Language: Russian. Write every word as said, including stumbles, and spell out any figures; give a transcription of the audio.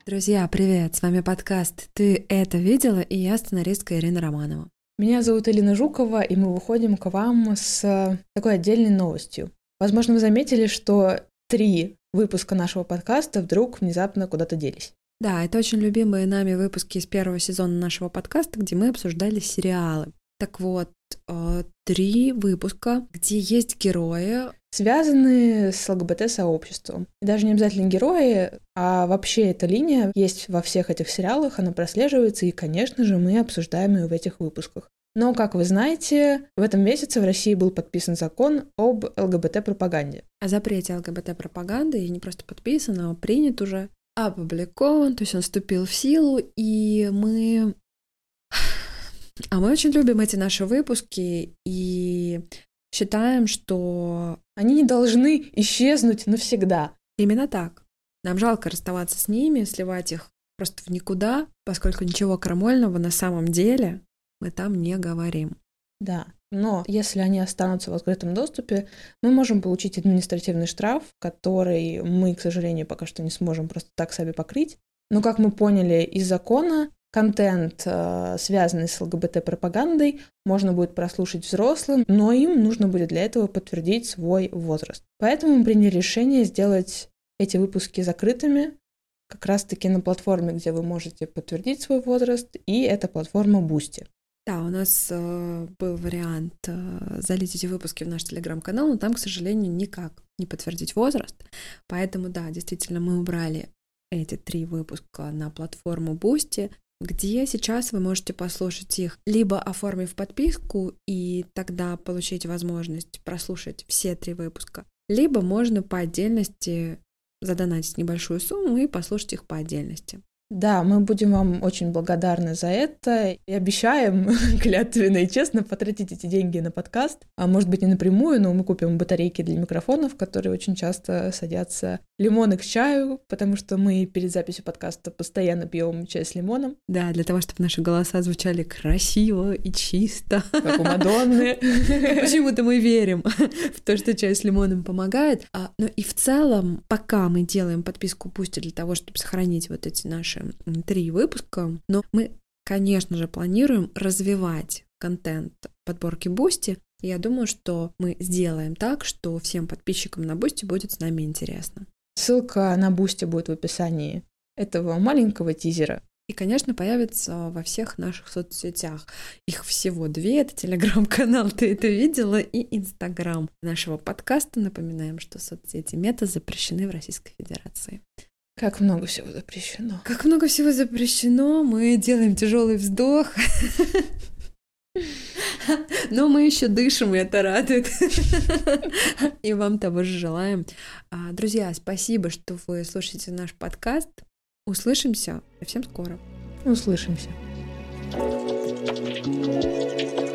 Друзья, привет! С вами подкаст «Ты это видела?» и я сценаристка Ирина Романова. Меня зовут Элина Жукова, и мы выходим к вам с такой отдельной новостью. Возможно, вы заметили, что три выпуска нашего подкаста вдруг внезапно куда-то делись. Да, это очень любимые нами выпуски из первого сезона нашего подкаста, где мы обсуждали сериалы. Так вот, три выпуска, где есть герои, связанные с ЛГБТ-сообществом. И даже не обязательно герои, а вообще эта линия есть во всех этих сериалах, она прослеживается, и, конечно же, мы обсуждаем ее в этих выпусках. Но, как вы знаете, в этом месяце в России был подписан закон об ЛГБТ-пропаганде. О запрете ЛГБТ-пропаганды, и не просто подписан, а принят уже, опубликован, то есть он вступил в силу, и мы... А мы очень любим эти наши выпуски и считаем, что они не должны исчезнуть навсегда. Именно так. Нам жалко расставаться с ними, сливать их просто в никуда, поскольку ничего крамольного на самом деле мы там не говорим. Да, но если они останутся в открытом доступе, мы можем получить административный штраф, который мы, к сожалению, пока что не сможем просто так себе покрыть. Но, как мы поняли из закона, контент, связанный с ЛГБТ-пропагандой, можно будет прослушать взрослым, но им нужно будет для этого подтвердить свой возраст. Поэтому мы приняли решение сделать эти выпуски закрытыми, как раз-таки на платформе, где вы можете подтвердить свой возраст, и это платформа Boosty. Да, у нас э, был вариант э, залить эти выпуски в наш телеграм-канал, но там, к сожалению, никак не подтвердить возраст. Поэтому, да, действительно, мы убрали эти три выпуска на платформу Boosty, где сейчас вы можете послушать их, либо оформив подписку и тогда получить возможность прослушать все три выпуска, либо можно по отдельности задонатить небольшую сумму и послушать их по отдельности. Да, мы будем вам очень благодарны за это и обещаем клятвенно и честно потратить эти деньги на подкаст. А может быть, не напрямую, но мы купим батарейки для микрофонов, которые очень часто садятся, лимоны к чаю, потому что мы перед записью подкаста постоянно пьем чай с лимоном. Да, для того, чтобы наши голоса звучали красиво и чисто. Как у Мадонны. Почему-то мы верим в то, что чай с лимоном помогает. А, но и в целом, пока мы делаем подписку Boosty для того, чтобы сохранить вот эти наши три выпуска, но мы, конечно же, планируем развивать контент подборки Boosty. И я думаю, что мы сделаем так, что всем подписчикам на Boosty будет с нами интересно. Ссылка на Boosty будет в описании этого маленького тизера. И, конечно, появится во всех наших соцсетях. Их всего две. Это телеграм-канал «Ты это видела» и инстаграм нашего подкаста. Напоминаем, что соцсети Мета запрещены в Российской Федерации. Как много всего запрещено. Как много всего запрещено. Мы делаем тяжелый вздох. Но мы еще дышим, и это радует. И вам того же желаем. Друзья, спасибо, что вы слушаете наш подкаст. Услышимся совсем скоро. Услышимся.